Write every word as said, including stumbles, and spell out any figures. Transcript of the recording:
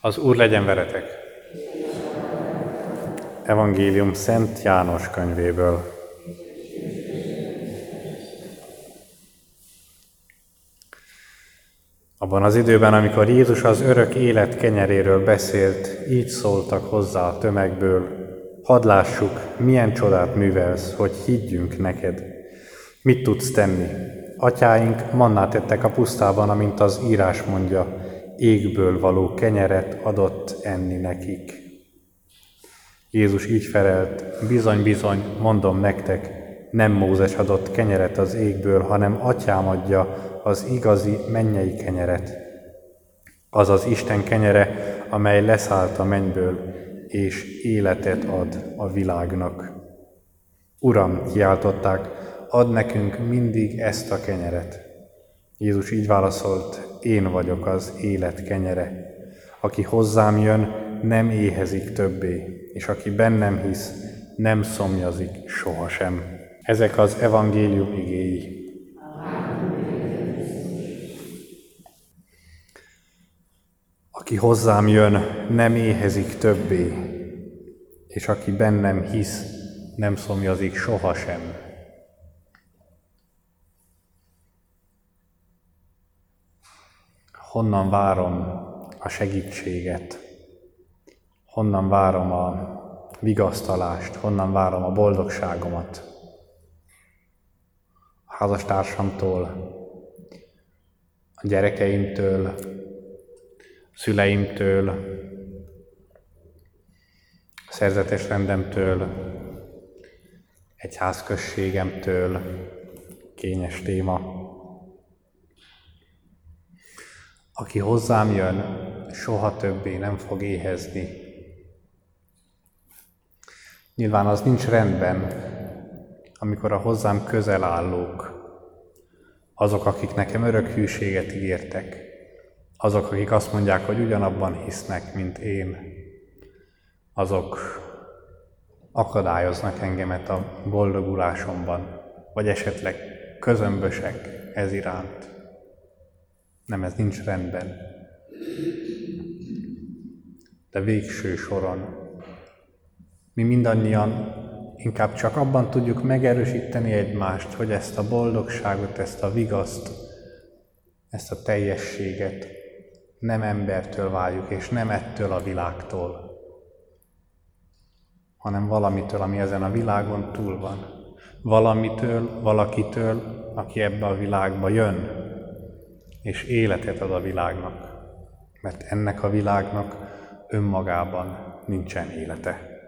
Az Úr legyen veletek! Evangélium Szent János könyvéből. Abban az időben, amikor Jézus az örök élet kenyeréről beszélt, így szóltak hozzá a tömegből: hadd lássuk, milyen csodát művelsz, hogy higgyünk neked. Mit tudsz tenni? Atyáink mannát ettek a pusztában, amint az írás mondja, égből való kenyeret adott enni nekik. Jézus így felelt: bizony, bizony, mondom nektek, nem Mózes adott kenyeret az égből, hanem Atyám adja az igazi mennyei kenyeret. Az az Isten kenyere, amely leszállt a mennyből, és életet ad a világnak. Uram, kiáltották, add nekünk mindig ezt a kenyeret. Jézus így válaszolt: én vagyok az élet kenyere. Aki hozzám jön, nem éhezik többé, és aki bennem hisz, nem szomjazik sohasem. Ezek az evangélium igéi. Aki hozzám jön, nem éhezik többé, és aki bennem hisz, nem szomjazik sohasem. Honnan várom a segítséget? Honnan várom a vigasztalást? Honnan várom a boldogságomat? A házastársamtól, a gyerekeimtől, szüleimtől, a szerzetes rendemtől, egyházközségemtől. Kényes téma. Aki hozzám jön, soha többé nem fog éhezni. Nyilván az nincs rendben, amikor a hozzám közel állók, azok, akik nekem örök hűséget ígértek, azok, akik azt mondják, hogy ugyanabban hisznek, mint én, azok akadályoznak engemet a boldogulásomban, vagy esetleg közömbösek ez iránt. Nem, ez nincs rendben. De végső soron mi mindannyian inkább csak abban tudjuk megerősíteni egymást, hogy ezt a boldogságot, ezt a vigaszt, ezt a teljességet nem embertől várjuk, és nem ettől a világtól, hanem valamitől, ami ezen a világon túl van. Valamitől, valakitől, aki ebbe a világba jön, és életet ad a világnak, mert ennek a világnak önmagában nincsen élete.